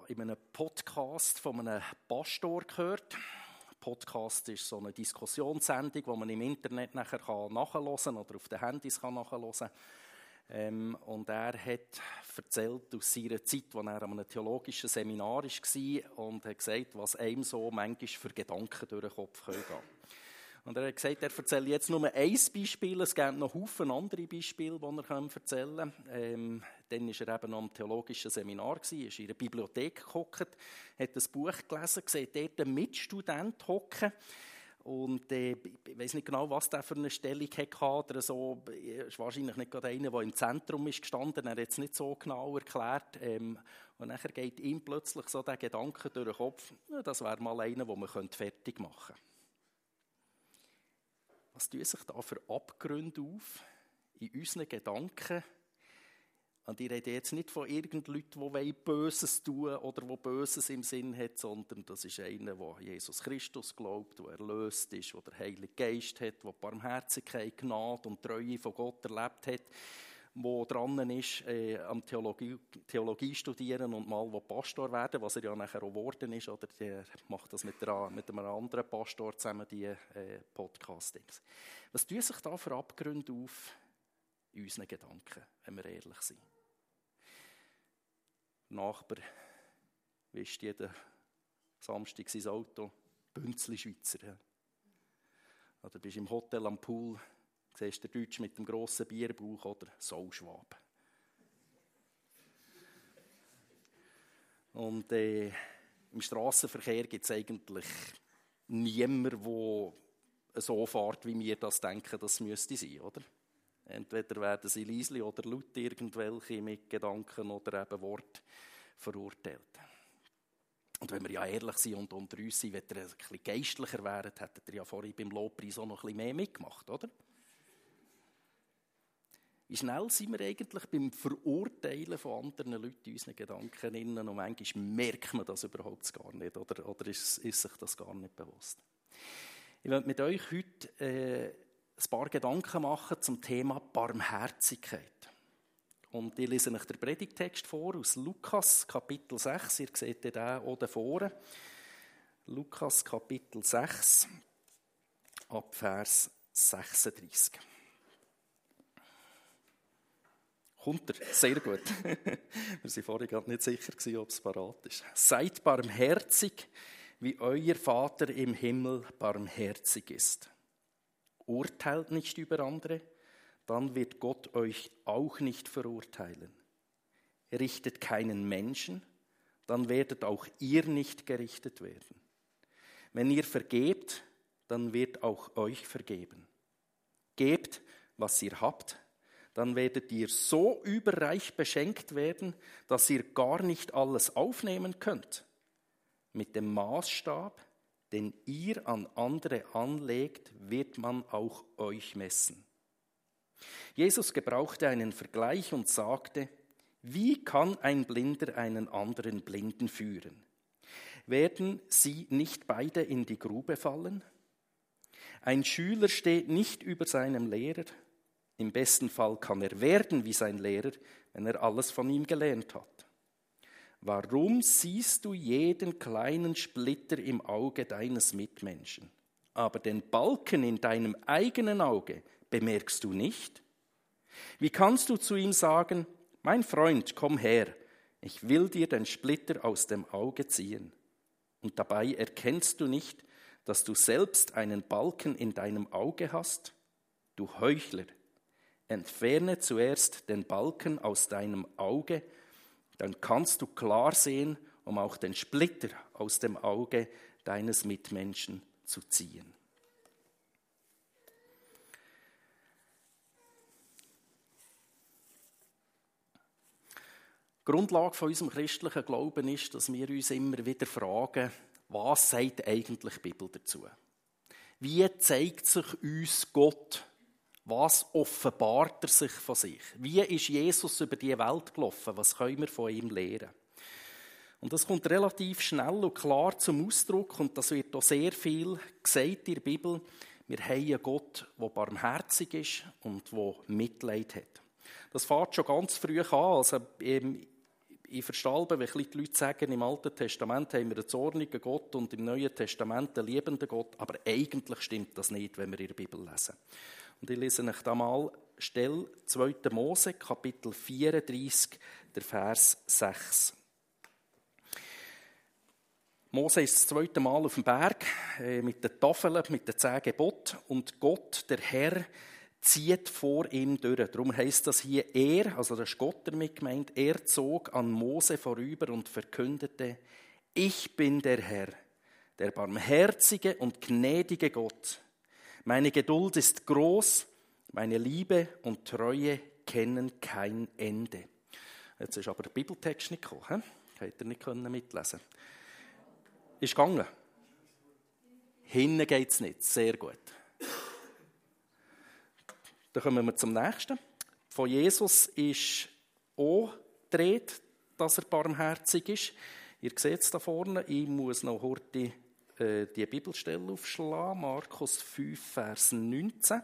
in einem Podcast von einem Pastor gehört. Podcast ist so eine Diskussionssendung, die man im Internet nachher nachhören kann oder auf den Handys nachhören kann. Und er hat erzählt aus seiner Zeit, als er an einem theologischen Seminar war und hat gesagt, was einem so manchmal für Gedanken durch den Kopf gehen können. Und er hat gesagt, er erzählt jetzt nur ein Beispiel, es gibt noch viele andere Beispiele, die er erzählen kann. Dann war er eben noch am theologischen Seminar, ist in einer Bibliothek gehockt, hat ein Buch gelesen, sieht dort einen Mitstudent hocken. Und ich weiss nicht genau, was der für eine Stellung hatte oder so. Es war wahrscheinlich nicht gerade einer, der im Zentrum ist gestanden. Er hat es nicht so genau erklärt. Und dann geht ihm plötzlich so der Gedanke durch den Kopf, das wäre mal einer, den man fertig machen könnte. Was tun sich da für Abgründe auf in unseren Gedanken? Und ich rede jetzt nicht von irgendjemandem, die Böses tun oder die Böses im Sinn hat, sondern das ist einer, der Jesus Christus glaubt, der erlöst ist, der den Heiligen Geist hat, der Barmherzigkeit, Gnade und Treue von Gott erlebt hat, der dran ist, am Theologie studieren und mal Pastor werden, was er ja nachher auch geworden ist. Oder der macht das mit einem anderen Pastor zusammen, die Podcastings. Was tun sich da für Abgründe auf in unseren Gedanken, wenn wir ehrlich sind? Der Nachbar wischt jeden Samstag sein Auto, Bünzli-Schweizer. Ja. Oder bist im Hotel am Pool, siehst den Deutsch mit dem grossen Bierbauch oder Saulschwab. Und im Strassenverkehr gibt es eigentlich niemanden, der so fährt, wie wir das denken, das müsste sein, oder? Entweder werden sie leise oder laut irgendwelche mit Gedanken oder eben Wort verurteilt. Und wenn wir ja ehrlich sind und unter uns sind, wenn ihr ein bisschen geistlicher wäret, hättet ihr ja vorhin beim Lobpreis auch noch ein bisschen mehr mitgemacht, oder? Wie schnell sind wir eigentlich beim Verurteilen von anderen Leuten in unseren Gedanken innen und manchmal merkt man das überhaupt gar nicht oder ist sich das gar nicht bewusst. Ich möchte mit euch heute ein paar Gedanken machen zum Thema Barmherzigkeit. Und ich lese euch den Predigtext vor aus Lukas, Kapitel 6. Ihr seht den auch da vorne. Lukas, Kapitel 6, ab Vers 36. Kommt er? Sehr gut. Wir waren vorhin gerade nicht sicher, ob es parat ist. Seid barmherzig, wie euer Vater im Himmel barmherzig ist. Urteilt nicht über andere, dann wird Gott euch auch nicht verurteilen. Richtet keinen Menschen, dann werdet auch ihr nicht gerichtet werden. Wenn ihr vergebt, dann wird auch euch vergeben. Gebt, was ihr habt, dann werdet ihr so überreich beschenkt werden, dass ihr gar nicht alles aufnehmen könnt. Mit dem Maßstab, den ihr an andere anlegt, wird man auch euch messen. Jesus gebrauchte einen Vergleich und sagte, wie kann ein Blinder einen anderen Blinden führen? Werden sie nicht beide in die Grube fallen? Ein Schüler steht nicht über seinem Lehrer. Im besten Fall kann er werden wie sein Lehrer, wenn er alles von ihm gelernt hat. Warum siehst du jeden kleinen Splitter im Auge deines Mitmenschen, aber den Balken in deinem eigenen Auge bemerkst du nicht? Wie kannst du zu ihm sagen, mein Freund, komm her, ich will dir den Splitter aus dem Auge ziehen? Und dabei erkennst du nicht, dass du selbst einen Balken in deinem Auge hast? Du Heuchler, entferne zuerst den Balken aus deinem Auge, dann kannst du klar sehen, um auch den Splitter aus dem Auge deines Mitmenschen zu ziehen. Die Grundlage von unserem christlichen Glauben ist, dass wir uns immer wieder fragen, was sagt eigentlich die Bibel dazu? Wie zeigt sich uns Gott? Was offenbart er sich von sich? Wie ist Jesus über die Welt gelaufen? Was können wir von ihm lernen? Und das kommt relativ schnell und klar zum Ausdruck und das wird auch sehr viel gesagt in der Bibel. Wir haben einen Gott, der barmherzig ist und der Mitleid hat. Das fängt schon ganz früh an. Also in Ich verstehe, wenn die Leute sagen, im Alten Testament haben wir einen zornigen Gott und im Neuen Testament einen liebenden Gott, aber eigentlich stimmt das nicht, wenn wir in der Bibel lesen. Und ich lese euch da mal Stelle 2. Mose, Kapitel 34, der Vers 6. Mose ist das 2. Mal auf dem Berg mit den Tafeln, mit den 10 Geboten und Gott, der Herr, zieht vor ihm durch. Darum heisst das hier, also das ist Gott damit gemeint, er zog an Mose vorüber und verkündete, ich bin der Herr, der barmherzige und gnädige Gott. Meine Geduld ist groß, meine Liebe und Treue kennen kein Ende. Jetzt ist aber der Bibeltext nicht gekommen, könnt ihr nicht mitlesen. Ist gegangen? Hinten geht es nicht, sehr gut. Dann kommen wir zum nächsten. Von Jesus ist auch die Rede, dass er barmherzig ist. Ihr seht es da vorne. Ich muss noch heute die Bibelstelle aufschlagen. Markus 5, Vers 19.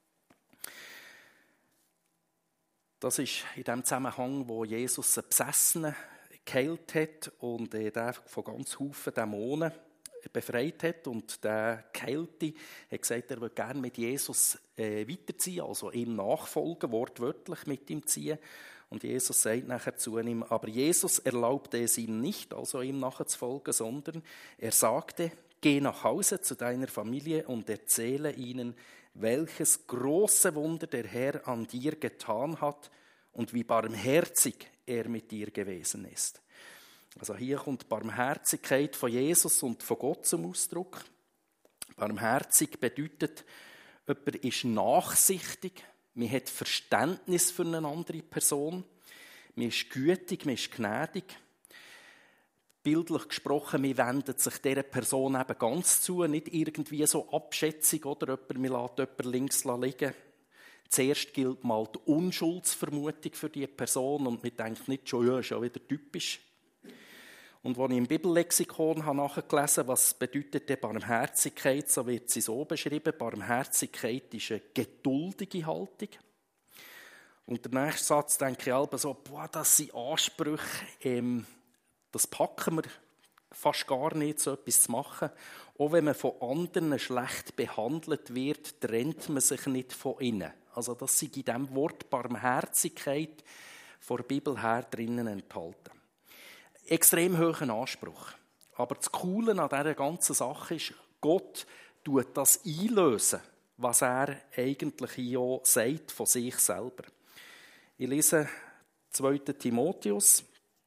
Das ist in dem Zusammenhang, wo Jesus einen Besessenen geheilt hat und der von ganz Haufen Dämonen befreit hat. Und der Geheilte hat gesagt, er würde gerne mit Jesus weiterziehen, also ihm nachfolgen, wortwörtlich mit ihm ziehen. Und Jesus sagt nachher zu ihm, aber Jesus erlaubte es ihm nicht, also ihm nachzufolgen, sondern er sagte, geh nach Hause zu deiner Familie und erzähle ihnen, welches große Wunder der Herr an dir getan hat und wie barmherzig er mit dir gewesen ist. Also hier kommt die Barmherzigkeit von Jesus und von Gott zum Ausdruck. Barmherzig bedeutet, jemand ist nachsichtig, man hat Verständnis für eine andere Person, man ist gütig, man ist gnädig. Bildlich gesprochen, man wendet sich dieser Person eben ganz zu, nicht irgendwie so Abschätzung, oder man lässt jemanden links liegen. Zuerst gilt mal die Unschuldsvermutung für diese Person und man denkt nicht schon, ja, ist ja wieder typisch. Und als ich im Bibellexikon nachgelesen habe, was bedeutet die Barmherzigkeit, so wird sie so beschrieben, Barmherzigkeit ist eine geduldige Haltung. Und der nächste Satz denke ich halb so, das sind Ansprüche, das packen wir fast gar nicht, so etwas zu machen. Auch wenn man von anderen schlecht behandelt wird, trennt man sich nicht von ihnen. Also das ist in diesem Wort Barmherzigkeit von der Bibel her drinnen enthalten. Extrem hohen Anspruch. Aber das Coole an dieser ganzen Sache ist, Gott tut das einlösen, was er eigentlich hier sagt von sich selber. Ich lese 2. Timotheus.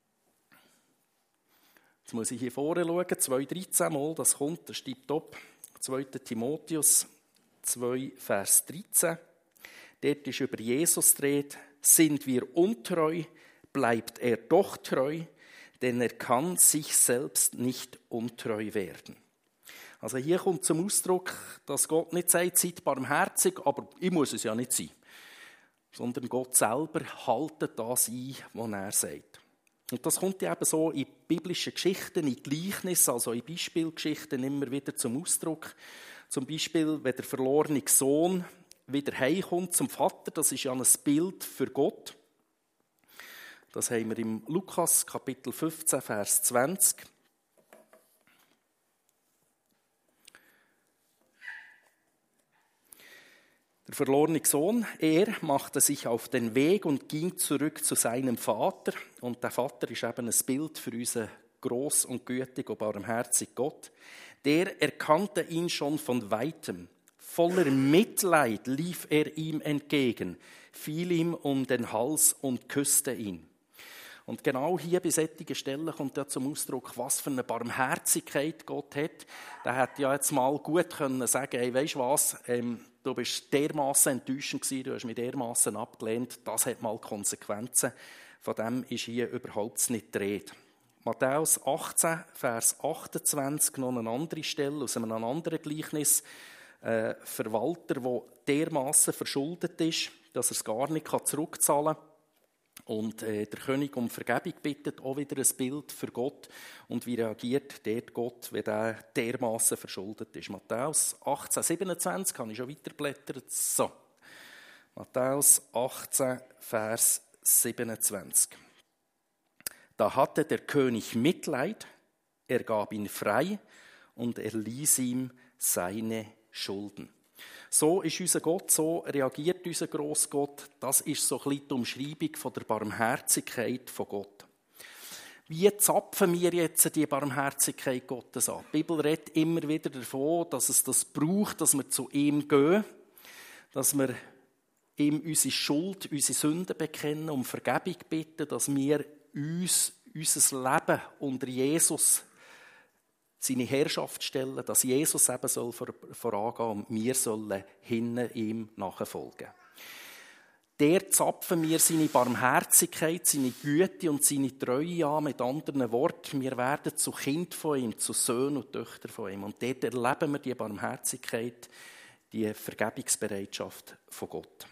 Jetzt muss ich hier vorne schauen, 2,13 mal, das kommt, das steht top. 2. Timotheus 2, Vers 13. Dort ist über Jesus die Rede. Sind wir untreu, bleibt er doch treu, denn er kann sich selbst nicht untreu werden. Also hier kommt zum Ausdruck, dass Gott nicht sagt, seid barmherzig, aber ich muss es ja nicht sein. Sondern Gott selber haltet das ein, was er sagt. Und das kommt ja eben so in biblischen Geschichten, in Gleichnissen, also in Beispielgeschichten immer wieder zum Ausdruck. Zum Beispiel, wenn der verlorene Sohn wieder heimkommt zum Vater, das ist ja ein Bild für Gott. Das haben wir im Lukas, Kapitel 15, Vers 20. Der verlorene Sohn, er machte sich auf den Weg und ging zurück zu seinem Vater. Und der Vater ist eben ein Bild für unseren gross und gütig und barmherzigen Gott. Der erkannte ihn schon von Weitem. Voller Mitleid lief er ihm entgegen, fiel ihm um den Hals und küsste ihn. Und genau hier bei solchen Stellen kommt ja zum Ausdruck, was für eine Barmherzigkeit Gott hat. Der hätte ja jetzt mal gut können sagen, hey, weisst du was, du bist dermassen enttäuschend gewesen, du hast mich dermassen abgelehnt, das hat mal Konsequenzen. Von dem ist hier überhaupt nicht die Rede. Matthäus 18, Vers 28, noch eine andere Stelle aus einem anderen Gleichnis. Ein Verwalter, der dermassen verschuldet ist, dass er es gar nicht zurückzahlen kann. Und der König um Vergebung bittet, auch wieder ein Bild für Gott. Und wie reagiert dort Gott, wenn er dermassen verschuldet ist? Matthäus 18, 27, kann ich schon weiterblättern. So. Matthäus 18, Vers 27. Da hatte der König Mitleid, er gab ihn frei und er ließ ihm seine Schulden. So ist unser Gott, so reagiert unser Grossgott. Das ist so ein bisschen die Umschreibung von der Barmherzigkeit von Gott. Wie zapfen wir jetzt die Barmherzigkeit Gottes an? Die Bibel redet immer wieder davon, dass es das braucht, dass wir zu ihm gehen, dass wir ihm unsere Schuld, unsere Sünden bekennen, um Vergebung bitten, dass wir uns, unser Leben unter Jesus, seine Herrschaft stellen, dass Jesus eben vorangehen und wir sollen hinten ihm nachfolgen. Der zapfen wir seine Barmherzigkeit, seine Güte und seine Treue an. Mit anderen Worten, wir werden zu Kind von ihm, zu Söhnen und Töchtern von ihm. Und dort erleben wir die Barmherzigkeit, die Vergebungsbereitschaft von Gott.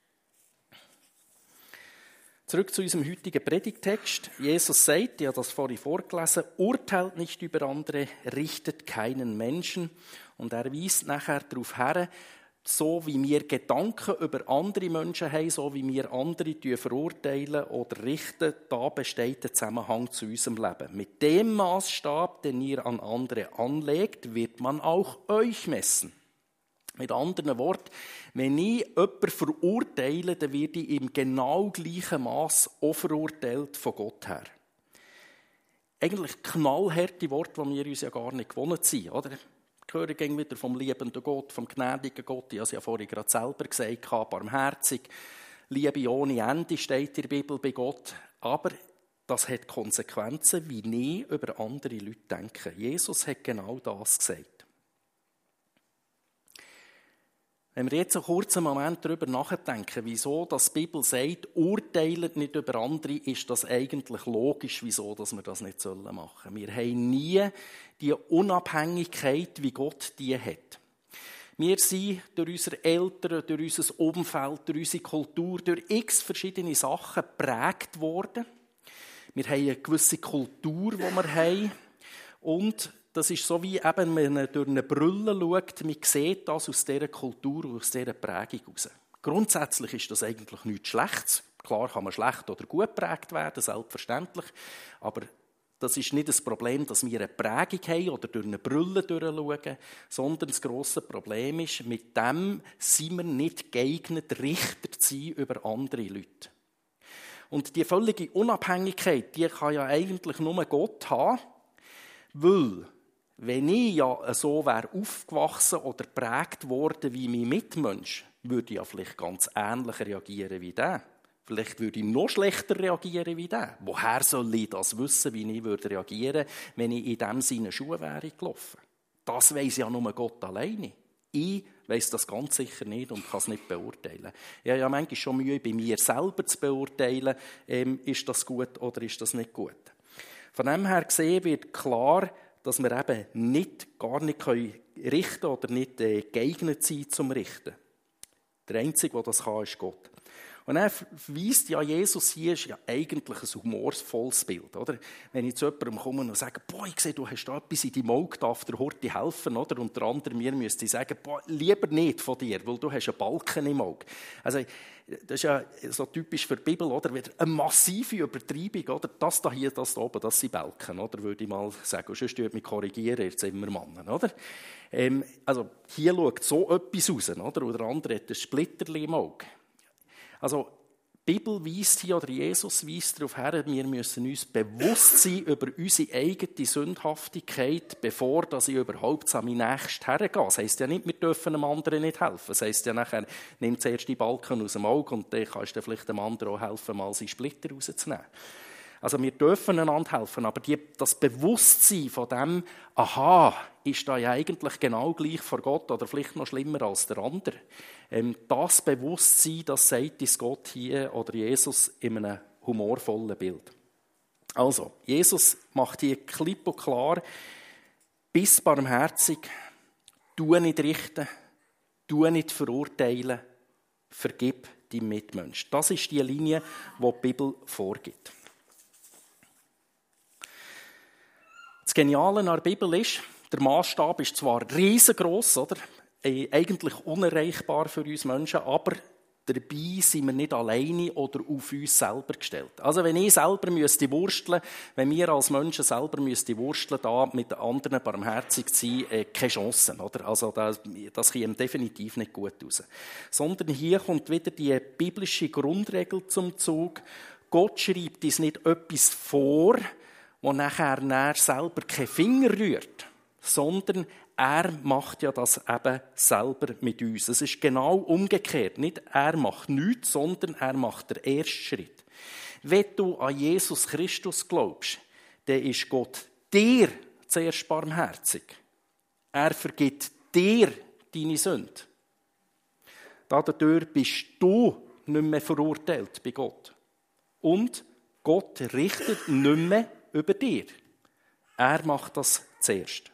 Zurück zu unserem heutigen Predigtext. Jesus sagt, ich habe das vorhin vorgelesen, urteilt nicht über andere, richtet keinen Menschen. Und er weist nachher darauf hin, so wie wir Gedanken über andere Menschen haben, so wie wir andere verurteilen oder richten, da besteht der Zusammenhang zu unserem Leben. Mit dem Maßstab, den ihr an andere anlegt, wird man auch euch messen. Mit anderen Worten, wenn ich jemanden verurteile, dann werde ich im genau gleichen Maß auch verurteilt von Gott her. Eigentlich knallharte Worte, die wir uns ja gar nicht gewohnt sind, oder? Ich höre wieder vom liebenden Gott, vom gnädigen Gott. Ich habe es ja vorhin gerade selber gesagt, barmherzig, Liebe ohne Ende steht in der Bibel bei Gott. Aber das hat Konsequenzen, wie ich über andere Leute denke. Jesus hat genau das gesagt. Wenn wir jetzt einen kurzen Moment darüber nachdenken, wieso die Bibel sagt, urteilt nicht über andere, ist das eigentlich logisch, wieso dass wir das nicht machen sollen. Wir haben nie die Unabhängigkeit, wie Gott die hat. Wir sind durch unsere Eltern, durch unser Umfeld, durch unsere Kultur, durch x verschiedene Sachen geprägt worden. Wir haben eine gewisse Kultur, die wir haben. Und das ist so, wie eben, wenn man durch eine Brille schaut, man sieht das aus dieser Kultur, aus dieser Prägung heraus. Grundsätzlich ist das eigentlich nichts Schlechtes. Klar kann man schlecht oder gut geprägt werden, selbstverständlich. Aber das ist nicht das Problem, dass wir eine Prägung haben oder durch eine Brille durchschauen, sondern das grosse Problem ist, mit dem sind wir nicht geeignet, Richter zu sein über andere Leute. Und die völlige Unabhängigkeit, die kann ja eigentlich nur Gott haben, weil wenn ich ja so wäre aufgewachsen oder geprägt worden wie mein Mitmensch, würde ich ja vielleicht ganz ähnlich reagieren wie der. Vielleicht würde ich noch schlechter reagieren wie der. Woher soll ich das wissen, wie ich würde reagieren, wenn ich in dem Sinne Schuhe wäre gelaufen? Das weiss ja nur Gott alleine. Ich weiss das ganz sicher nicht und kann es nicht beurteilen. Ich habe ja manchmal schon Mühe, bei mir selber zu beurteilen, ist das gut oder ist das nicht gut. Von dem her gesehen wird klar, dass wir eben gar nicht richten können oder nicht geeignet sind zum Richten. Der Einzige, der das kann, ist Gott. Und er verweist ja, Jesus hier ist ja eigentlich ein humorvolles Bild. Oder? Wenn ich zu jemandem komme und sage, boah, ich sehe, du hast da etwas in deinem Auge, darf dir heute helfen, oder? Und der andere mir müsste sagen, boah, lieber nicht von dir, weil du hast einen Balken im Auge. Also, das ist ja so typisch für die Bibel, oder? Wieder eine massive Übertreibung, oder? Das da hier, das da oben, das sind Balken, oder? Würde ich mal sagen. Und sonst mich korrigieren, jetzt immer Mann, oder? Also, hier schaut so etwas raus, oder? Und der andere hat ein Splitterchen im Auge. Also, die Bibel weist hier, oder Jesus weist darauf hin, wir müssen uns bewusst sein über unsere eigene Sündhaftigkeit, bevor ich überhaupt an meinen Nächsten hergehe. Das heisst ja nicht, wir dürfen einem anderen nicht helfen. Das heisst ja nachher, nimm zuerst die Balken aus dem Auge und dann kannst du vielleicht dem anderen auch helfen, mal seinen Splitter rauszunehmen. Also wir dürfen einander helfen, aber das Bewusstsein von dem, aha, ist da ja eigentlich genau gleich vor Gott oder vielleicht noch schlimmer als der andere. Das Bewusstsein, das sagt uns Gott hier oder Jesus in einem humorvollen Bild. Also, Jesus macht hier klipp und klar, bist barmherzig, tu nicht richten, tu nicht verurteilen, vergib deinem Mitmenschen. Das ist die Linie, die die Bibel vorgibt. Das Geniale an der Bibel ist, der Maßstab ist zwar riesengroß, oder? Eigentlich unerreichbar für uns Menschen, aber dabei sind wir nicht alleine oder auf uns selber gestellt. Also wenn ich selber wursteln, wenn wir als Menschen selber wursteln, da mit den anderen barmherzig zu sein, keine Chancen, oder? Also das käme definitiv nicht gut raus. Sondern hier kommt wieder die biblische Grundregel zum Zug. Gott schreibt uns nicht etwas vor, wo nachher selber keinen Finger rührt, sondern er macht ja das eben selber mit uns. Es ist genau umgekehrt. Nicht er macht nichts, sondern er macht den ersten Schritt. Wenn du an Jesus Christus glaubst, dann ist Gott dir zuerst barmherzig. Er vergibt dir deine Sünde. Dadurch bist du nicht mehr verurteilt bei Gott. Und Gott richtet nicht mehr über dir. Er macht das zuerst.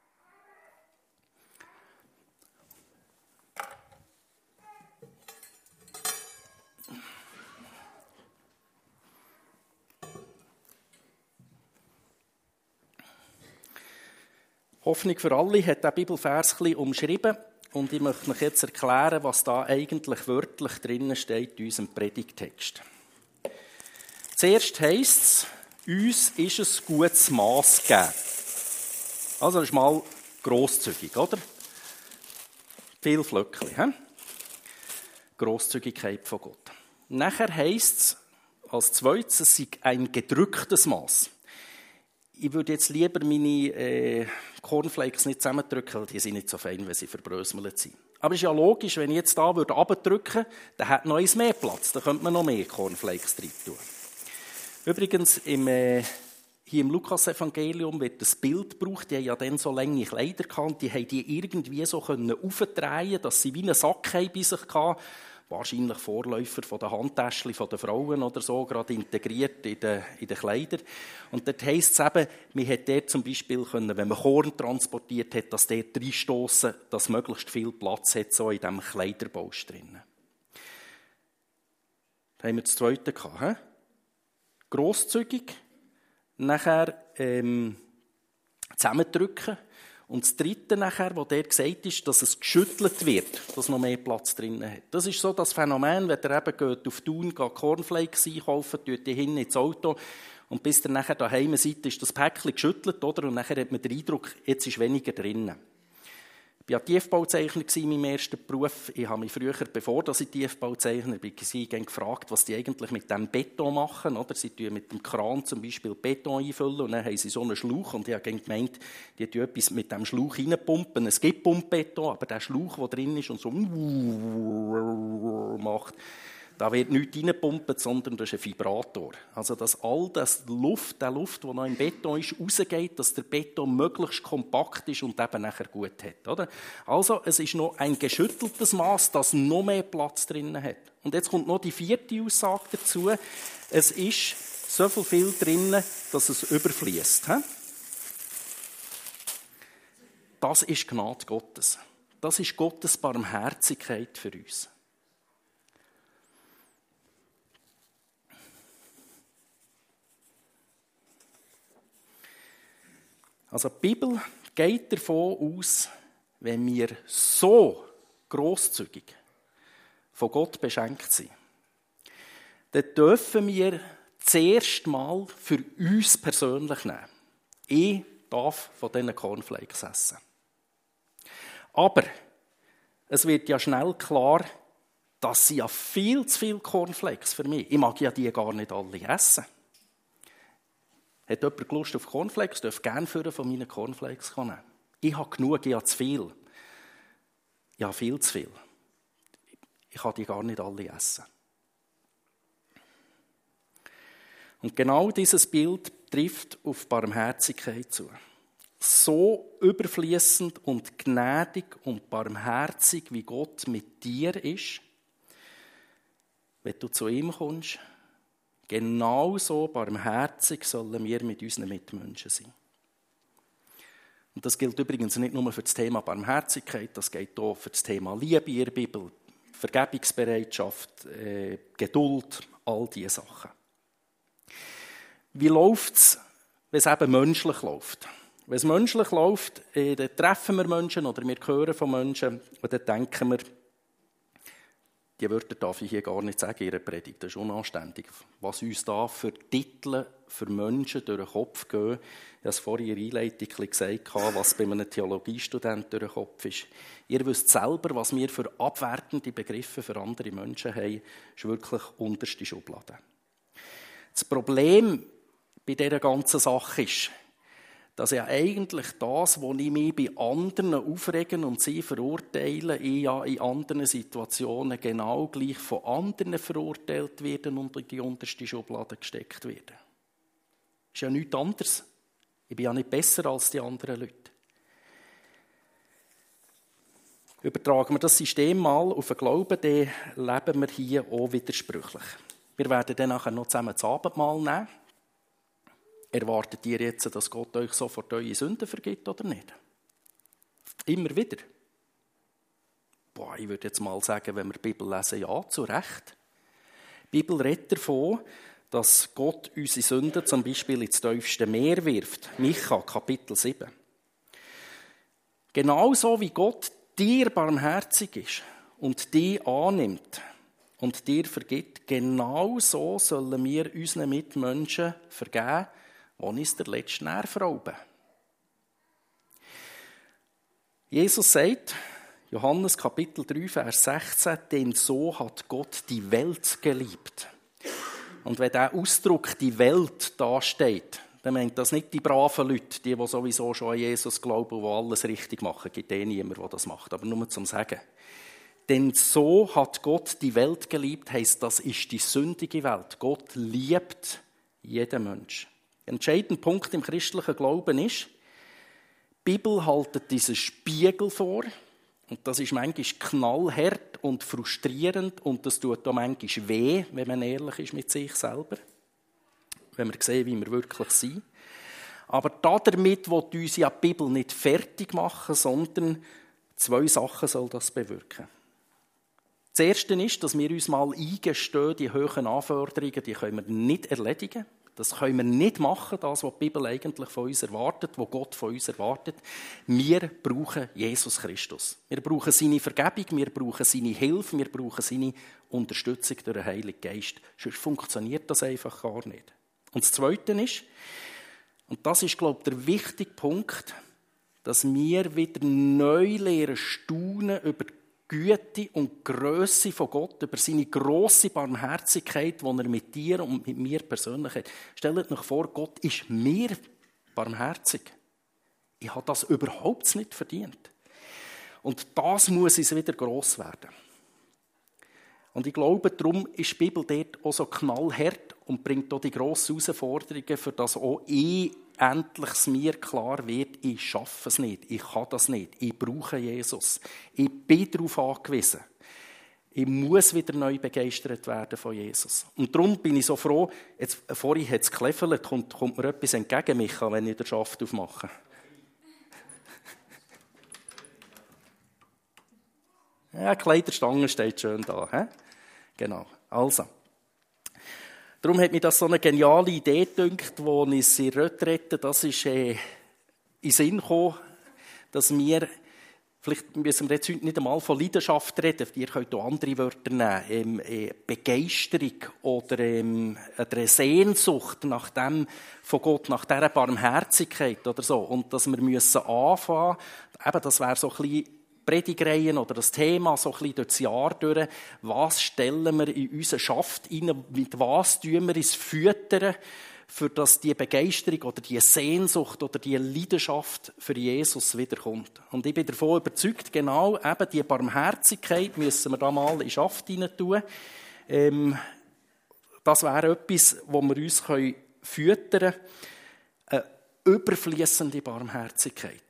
Hoffnung für alle hat der Bibelvers ein bisschen umschrieben und ich möchte euch jetzt erklären, was da eigentlich wörtlich drinnen steht in unserem Predigttext. Zuerst heisst es, uns ist ein gutes Maß gegeben. Also das ist mal grosszügig, oder? Viel Flöckchen, he? Grosszügigkeit von Gott. Nachher heisst es als zweites, es sei ein gedrücktes Maß. Ich würde jetzt lieber meine Cornflakes nicht zusammendrücken, weil die sind nicht so fein, wenn sie verbröselt sind. Aber es ist ja logisch, wenn ich jetzt hier runterdrücken würde, dann hat noch eins mehr Platz. Dann könnte man noch mehr Cornflakes rein tun. Übrigens, hier im Lukas-Evangelium wird das Bild gebraucht. Die haben ja dann so lange Kleider gehabt. Die haben die irgendwie so aufdrehen, dass sie wie einen Sack bei sich hatten. Wahrscheinlich Vorläufer von den Handtäschchen von den Frauen oder so, gerade integriert in den Kleidern. Und dort heisst es eben, man hat dort zum Beispiel können, wenn man Korn transportiert hat, dass dort reinstossen, dass möglichst viel Platz hat, so in diesem Kleiderbausch drinnen. Da haben wir das Zweite gehabt. He? Grosszügig, nachher zusammendrücken. Und das Dritte nachher, wo der gesagt ist, dass es geschüttelt wird, dass noch mehr Platz drin hat. Das ist so das Phänomen, wenn ihr eben geht auf Thun Cornflakes einkaufen, tut die hin ins Auto und bis ihr nachher daheim seid, ist das Päckchen geschüttelt, oder? Und nachher hat man den Eindruck, jetzt ist weniger drin. Ich war Tiefbauzeichner in meinem ersten Beruf. Ich habe mich früher, bevor ich Tiefbauzeichner war, gefragt, was die eigentlich mit dem Beton machen. Oder? Sie tun mit dem Kran zum Beispiel Beton einfüllen und dann haben sie so einen Schlauch. Und ich habe gemeint, die tun etwas mit dem Schlauch reinpumpen. Es gibt Pumpbeton, aber der Schlauch, der drin ist und so macht, da wird nichts reingepumpt, sondern das ist ein Vibrator. Also, dass all das Luft, der Luft, die noch im Beton ist, rausgeht, dass der Beton möglichst kompakt ist und eben nachher gut hat. Oder? Also, es ist noch ein geschütteltes Maß, das noch mehr Platz drin hat. Und jetzt kommt noch die vierte Aussage dazu. Es ist so viel drin, dass es überfließt. Das ist Gnade Gottes. Das ist Gottes Barmherzigkeit für uns. Also die Bibel geht davon aus, wenn wir so grosszügig von Gott beschenkt sind, dann dürfen wir zuerst mal für uns persönlich nehmen. Ich darf von diesen Cornflakes essen. Aber es wird ja schnell klar, das sind ja viel zu viele Cornflakes für mich. Ich mag ja die gar nicht alle essen. Hat jemand Lust auf Cornflakes, darf gerne von meinen Cornflakes nehmen. Ich habe genug, ich habe zu viel. Ich habe viel zu viel. Ich kann die gar nicht alle essen. Und genau dieses Bild trifft auf Barmherzigkeit zu. So überfließend und gnädig und barmherzig, wie Gott mit dir ist, wenn du zu ihm kommst, genauso barmherzig sollen wir mit unseren Mitmenschen sein. Und das gilt übrigens nicht nur für das Thema Barmherzigkeit, das gilt auch für das Thema Liebe in der Bibel, Vergebungsbereitschaft, Geduld, all diese Sachen. Wie läuft es, wenn es eben menschlich läuft? Wenn es menschlich läuft, dann treffen wir Menschen oder wir hören von Menschen und dann denken wir, Die Wörter darf ich hier gar nicht sagen in einer Predigt, das ist unanständig. Was uns da für Titel für Menschen durch den Kopf gehen, ich habe es vorhin in der Einleitung gesagt, was bei einem Theologiestudent durch den Kopf ist. Ihr wisst selber, was wir für abwertende Begriffe für andere Menschen haben, ist wirklich unterste Schublade. Das Problem bei dieser ganzen Sache ist, dass ja eigentlich das, wo ich mich bei anderen aufregen und sie verurteilen, ich ja in anderen Situationen genau gleich von anderen verurteilt werden und in die unterste Schublade gesteckt werden. Das ist ja nichts anderes. Ich bin ja nicht besser als die anderen Leute. Übertragen wir das System mal auf den Glauben, dann leben wir hier auch widersprüchlich. Wir werden dann nachher noch zusammen das Abendmahl nehmen. Erwartet ihr jetzt, dass Gott euch sofort eure Sünden vergibt oder nicht? Immer wieder. Ich würde jetzt mal sagen, wenn wir die Bibel lesen, ja, zu Recht. Die Bibel redet davon, dass Gott unsere Sünden zum Beispiel ins tiefste Meer wirft. Micha, Kapitel 7. Genauso wie Gott dir barmherzig ist und dich annimmt und dir vergibt, genauso sollen wir unseren Mitmenschen vergeben, die uns der letzte Nerv rauben. Jesus sagt, Johannes Kapitel 3, Vers 16, denn so hat Gott die Welt geliebt. Und wenn dieser Ausdruck «die Welt» da steht, dann meint das nicht die braven Leute, die sowieso schon an Jesus glauben und die alles richtig machen. Es gibt niemanden, der das macht, aber nur zum Sagen. Denn so hat Gott die Welt geliebt, heisst, das ist die sündige Welt. Gott liebt jeden Menschen. Ein entscheidender Punkt im christlichen Glauben ist, die Bibel hält diesen Spiegel vor. Und das ist manchmal knallhart und frustrierend und das tut auch manchmal weh, wenn man ehrlich ist mit sich selber. Wenn wir sehen, wie wir wirklich sind. Aber damit will uns ja die Bibel nicht fertig machen, sondern 2 Sachen soll das bewirken. Das Erste ist, dass wir uns mal eingestehen, die hohen Anforderungen, die können wir nicht erledigen. Das können wir nicht machen, das, was die Bibel eigentlich von uns erwartet, was Gott von uns erwartet. Wir brauchen Jesus Christus. Wir brauchen seine Vergebung, wir brauchen seine Hilfe, wir brauchen seine Unterstützung durch den Heiligen Geist. Sonst funktioniert das einfach gar nicht. Und das Zweite ist, und das ist, glaube ich, der wichtige Punkt, dass wir wieder neu lernen, staunen über die Güte und Grösse von Gott, über seine grosse Barmherzigkeit, die er mit dir und mit mir persönlich hat. Stellt euch vor, Gott ist mir barmherzig. Ich habe das überhaupt nicht verdient. Und das muss uns wieder gross werden. Und ich glaube, darum ist die Bibel dort auch so knallhart und bringt auch die grossen Herausforderungen, für das auch ich endlich mir klar wird, ich schaffe es nicht, ich kann das nicht, ich brauche Jesus. Ich bin darauf angewiesen. Ich muss wieder neu begeistert werden von Jesus. Und darum bin ich so froh, jetzt, vorhin hat es gekläffelt, kommt mir etwas entgegen, Micha, wenn ich den Schaft aufmache. Ja, Kleiderstange steht schön da. He? Genau. Also. Darum hat mir das so eine geniale Idee gedünkt, wo ich in Retrette, das ist in den Sinn gekommen, dass wir, vielleicht müssen wir jetzt heute nicht einmal von Leidenschaft reden, ihr könnt auch andere Wörter nehmen, Begeisterung oder eine Sehnsucht nach dem von Gott, nach dieser Barmherzigkeit oder so. Und dass wir müssen anfangen, eben, das wäre so ein bisschen Predigreihen oder das Thema so ein bisschen durchs Jahr durch. Was stellen wir in unseren Schaft rein? Mit was tun wir uns füttern, für dass die Begeisterung oder die Sehnsucht oder die Leidenschaft für Jesus wiederkommt? Und ich bin davon überzeugt, genau eben die Barmherzigkeit müssen wir da mal in den Schaft hinein tun. Das wäre etwas, wo wir uns füttern können. Eine überfliessende Barmherzigkeit.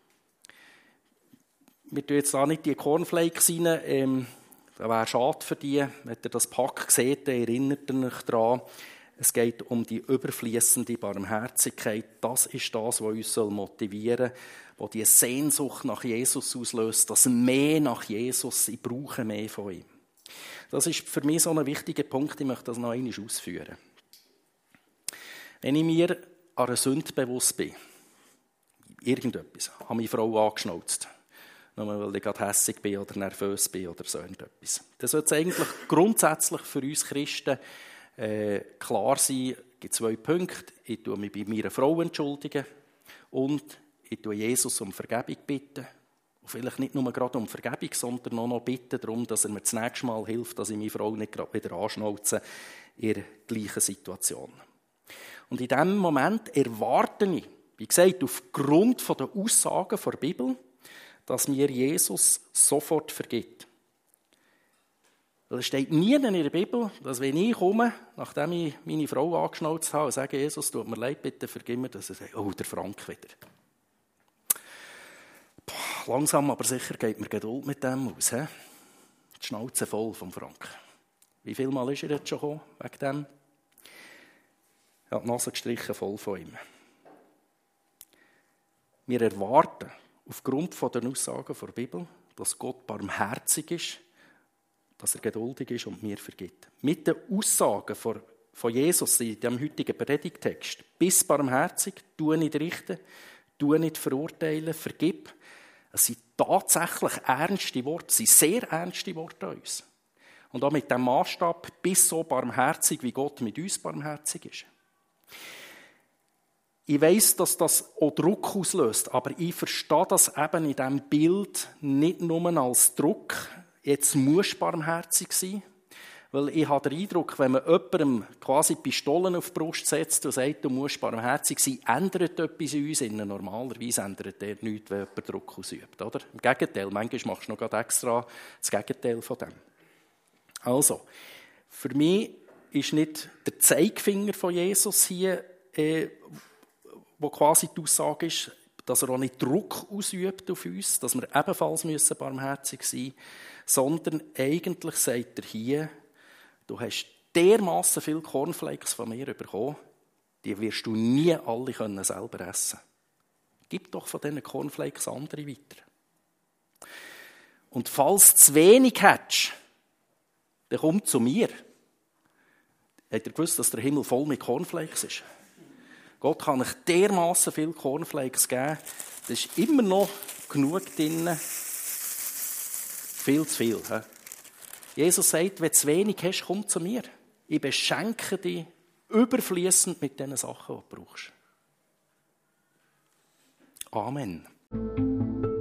Wir tun jetzt da nicht die Cornflakes rein. Das wäre schade für die. Wenn ihr das Pack seht, dann erinnert ihr euch daran. Es geht um die überfliessende Barmherzigkeit. Das ist das, was uns motivieren soll, was die Sehnsucht nach Jesus auslöst. Das Mehr nach Jesus. Ich brauche mehr von ihm. Das ist für mich so ein wichtiger Punkt. Ich möchte das noch einmal ausführen. Wenn ich mir an einer Sünde bewusst bin, irgendetwas, habe meine Frau angeschnauzt, nur weil ich gerade hässig bin oder nervös bin oder so etwas. Das sollte eigentlich grundsätzlich für uns Christen klar sein. Es gibt 2 Punkte. Ich tue mich bei meiner Frau entschuldigen und ich tue Jesus um Vergebung bitten. Und vielleicht nicht nur gerade um Vergebung, sondern auch noch bitten darum, dass er mir das nächste Mal hilft, dass ich meine Frau nicht gerade wieder anschnauze in der gleichen Situation. Und in diesem Moment erwarte ich, wie gesagt, aufgrund der Aussagen der Bibel, dass mir Jesus sofort vergibt. Weil es steht nie in der Bibel, dass wenn ich komme, nachdem ich meine Frau angeschnauzt habe und sage, Jesus, tut mir leid, bitte vergib mir, dass er sagt, oh, der Frank wieder. Langsam aber sicher geht mir Geduld mit dem aus. He? Die Schnauze voll vom Frank. Wie viel Mal ist er jetzt schon gekommen, wegen dem? Er hat die Nase gestrichen voll von ihm. Wir erwarten aufgrund der Aussagen der Bibel, dass Gott barmherzig ist, dass er geduldig ist und mir vergibt. Mit den Aussagen von Jesus in dem heutigen Predigtext, bist barmherzig, tu nicht richten, tu nicht verurteilen, vergib. Es sind tatsächlich ernste Worte, es sind sehr ernste Worte an uns. Und auch mit dem Maßstab, bist so barmherzig, wie Gott mit uns barmherzig ist. Ich weiss, dass das auch Druck auslöst, aber ich verstehe das eben in diesem Bild nicht nur als Druck, jetzt musst du barmherzig sein, weil ich habe den Eindruck, wenn man jemandem quasi Pistolen auf die Brust setzt und sagt, du musst barmherzig sein, ändert etwas in uns. Normalerweise ändert der nichts, wenn jemand Druck ausübt. Oder? Im Gegenteil, manchmal machst du noch gerade extra das Gegenteil von dem. Also, für mich ist nicht der Zeigefinger von Jesus hier, wo quasi die Aussage ist, dass er auch nicht Druck ausübt auf uns, dass wir ebenfalls barmherzig sein müssen, sondern eigentlich sagt er hier, du hast dermassen viel Cornflakes von mir bekommen, die wirst du nie alle selber essen können. Gib doch von diesen Cornflakes andere weiter. Und falls du zu wenig hättest, dann komm zu mir. Habt ihr gewusst, dass der Himmel voll mit Cornflakes ist? Gott kann euch dermassen viel Cornflakes geben, da ist immer noch genug drin. Viel zu viel. He? Jesus sagt, wenn du zu wenig hast, komm zu mir. Ich beschenke dich überfliessend mit den Sachen, die du brauchst. Amen.